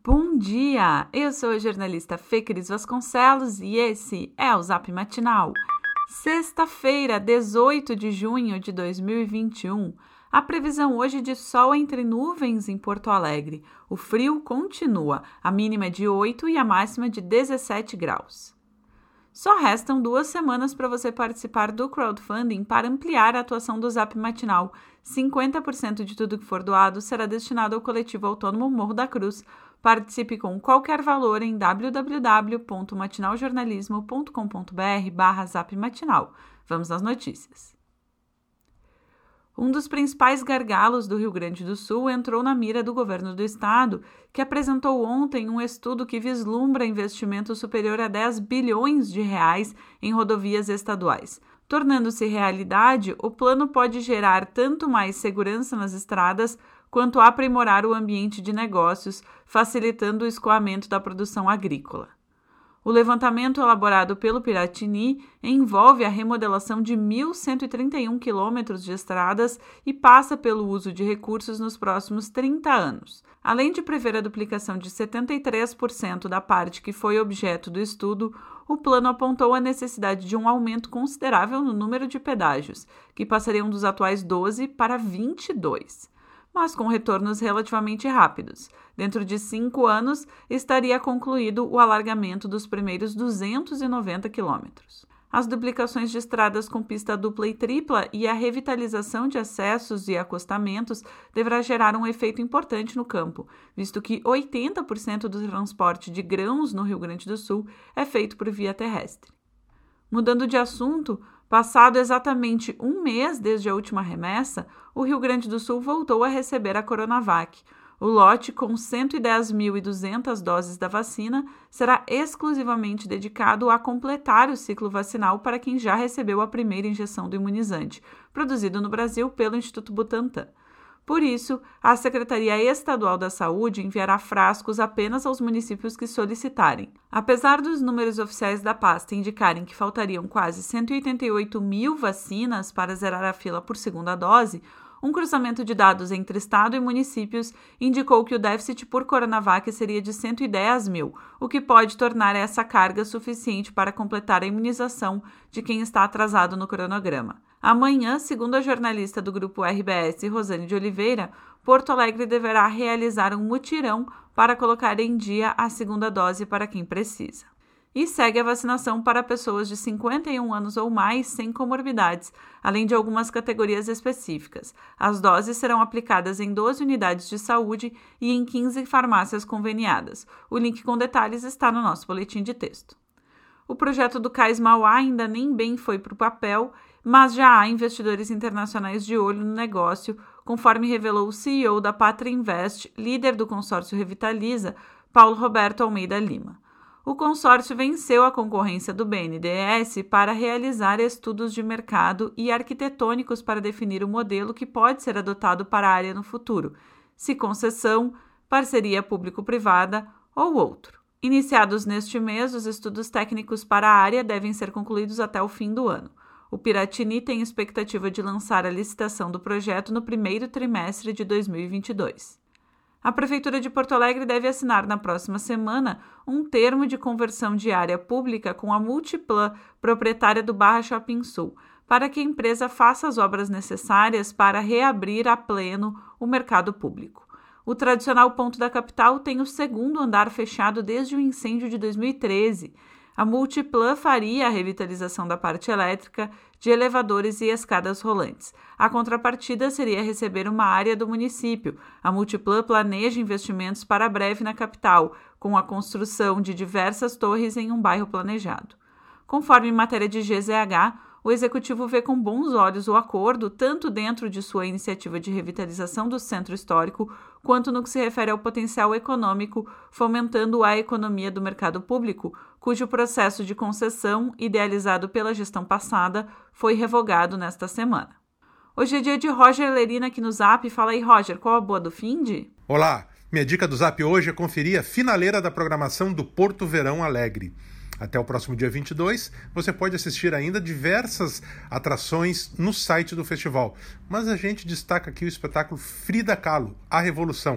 Bom dia! Eu sou a jornalista Fê Cris Vasconcelos e esse é o Zap Matinal. Sexta-feira, 18 de junho de 2021. A previsão hoje de sol entre nuvens em Porto Alegre. O frio continua, a mínima é de 8 e a máxima de 17 graus. Só restam 2 semanas para você participar do crowdfunding para ampliar a atuação do Zap Matinal. 50% de tudo que for doado será destinado ao coletivo autônomo Morro da Cruz. Participe com qualquer valor em www.matinaljornalismo.com.br/zapmatinal. Vamos às notícias. Um dos principais gargalos do Rio Grande do Sul entrou na mira do governo do estado, que apresentou ontem um estudo que vislumbra investimento superior a 10 bilhões de reais em rodovias estaduais. Tornando-se realidade, o plano pode gerar tanto mais segurança nas estradas quanto aprimorar o ambiente de negócios, facilitando o escoamento da produção agrícola. O levantamento elaborado pelo Piratini envolve a remodelação de 1.131 quilômetros de estradas e passa pelo uso de recursos nos próximos 30 anos. Além de prever a duplicação de 73% da parte que foi objeto do estudo, o plano apontou a necessidade de um aumento considerável no número de pedágios, que passariam dos atuais 12 para 22. Mas com retornos relativamente rápidos. Dentro de 5 anos, estaria concluído o alargamento dos primeiros 290 quilômetros. As duplicações de estradas com pista dupla e tripla e a revitalização de acessos e acostamentos deverá gerar um efeito importante no campo, visto que 80% do transporte de grãos no Rio Grande do Sul é feito por via terrestre. Mudando de assunto, passado exatamente um mês desde a última remessa, o Rio Grande do Sul voltou a receber a Coronavac. O lote com 110.200 doses da vacina será exclusivamente dedicado a completar o ciclo vacinal para quem já recebeu a primeira injeção do imunizante, produzido no Brasil pelo Instituto Butantan. Por isso, a Secretaria Estadual da Saúde enviará frascos apenas aos municípios que solicitarem. Apesar dos números oficiais da pasta indicarem que faltariam quase 188 mil vacinas para zerar a fila por segunda dose, um cruzamento de dados entre estado e municípios indicou que o déficit por Coronavac seria de 110 mil, o que pode tornar essa carga suficiente para completar a imunização de quem está atrasado no cronograma. Amanhã, segundo a jornalista do Grupo RBS, Rosane de Oliveira, Porto Alegre deverá realizar um mutirão para colocar em dia a segunda dose para quem precisa. E segue a vacinação para pessoas de 51 anos ou mais sem comorbidades, além de algumas categorias específicas. As doses serão aplicadas em 12 unidades de saúde e em 15 farmácias conveniadas. O link com detalhes está no nosso boletim de texto. O projeto do Cais Mauá ainda nem bem foi para o papel, mas já há investidores internacionais de olho no negócio, conforme revelou o CEO da Pátria Invest, líder do consórcio Revitaliza, Paulo Roberto Almeida Lima. O consórcio venceu a concorrência do BNDES para realizar estudos de mercado e arquitetônicos para definir o modelo que pode ser adotado para a área no futuro, se concessão, parceria público-privada ou outro. Iniciados neste mês, os estudos técnicos para a área devem ser concluídos até o fim do ano. O Piratini tem expectativa de lançar a licitação do projeto no primeiro trimestre de 2022. A Prefeitura de Porto Alegre deve assinar na próxima semana um termo de conversão de área pública com a Multiplan, proprietária do Barra Shopping Sul, para que a empresa faça as obras necessárias para reabrir a pleno o mercado público. O tradicional ponto da capital tem o segundo andar fechado desde o incêndio de 2013. A Multiplan faria a revitalização da parte elétrica, de elevadores e escadas rolantes. A contrapartida seria receber uma área do município. A Multiplan planeja investimentos para breve na capital, com a construção de diversas torres em um bairro planejado. Conforme matéria de GZH, o Executivo vê com bons olhos o acordo, tanto dentro de sua iniciativa de revitalização do centro histórico, quanto no que se refere ao potencial econômico, fomentando a economia do mercado público, cujo processo de concessão, idealizado pela gestão passada, foi revogado nesta semana. Hoje é dia de Roger Lerina aqui no Zap. Fala aí, Roger, qual a boa do finde? Olá, minha dica do Zap hoje é conferir a finaleira da programação do Porto Verão Alegre. Até o próximo dia 22, você pode assistir ainda diversas atrações no site do festival. Mas a gente destaca aqui o espetáculo Frida Kahlo, A Revolução,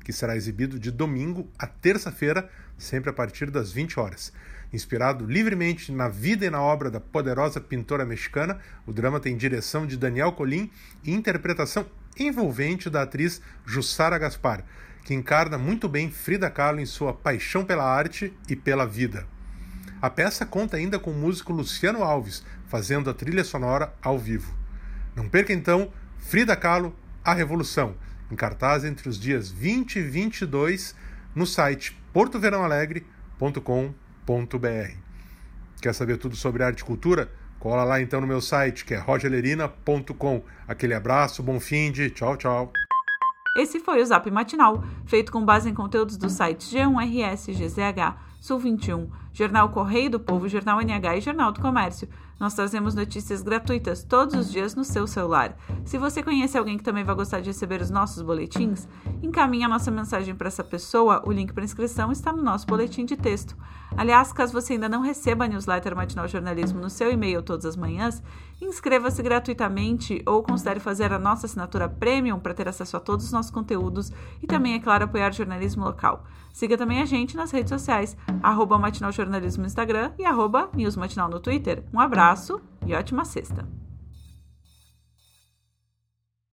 que será exibido de domingo a terça-feira, sempre a partir das 20 horas. Inspirado livremente na vida e na obra da poderosa pintora mexicana, o drama tem direção de Daniel Colín e interpretação envolvente da atriz Jussara Gaspar, que encarna muito bem Frida Kahlo em sua paixão pela arte e pela vida. A peça conta ainda com o músico Luciano Alves, fazendo a trilha sonora ao vivo. Não perca então Frida Kahlo, A Revolução, em cartaz entre os dias 20 e 22 no site portoverãoalegre.com.br. Quer saber tudo sobre arte e cultura? Cola lá então no meu site, que é rogerlerina.com. Aquele abraço, bom fim de tchau, tchau. Esse foi o Zap Matinal, feito com base em conteúdos dos sites G1RS, GZH, Sul 21, Jornal Correio do Povo, Jornal NH e Jornal do Comércio. Nós trazemos notícias gratuitas todos os dias no seu celular. Se você conhece alguém que também vai gostar de receber os nossos boletins, encaminhe a nossa mensagem para essa pessoa. O link para inscrição está no nosso boletim de texto. Aliás, caso você ainda não receba a newsletter Matinal Jornalismo no seu e-mail todas as manhãs, inscreva-se gratuitamente ou considere fazer a nossa assinatura Premium para ter acesso a todos os nossos conteúdos e também, é claro, apoiar o jornalismo local. Siga também a gente nas redes sociais, @Matinal Jornalismo no Instagram e @Newsmatinal no Twitter. Um abraço e ótima sexta!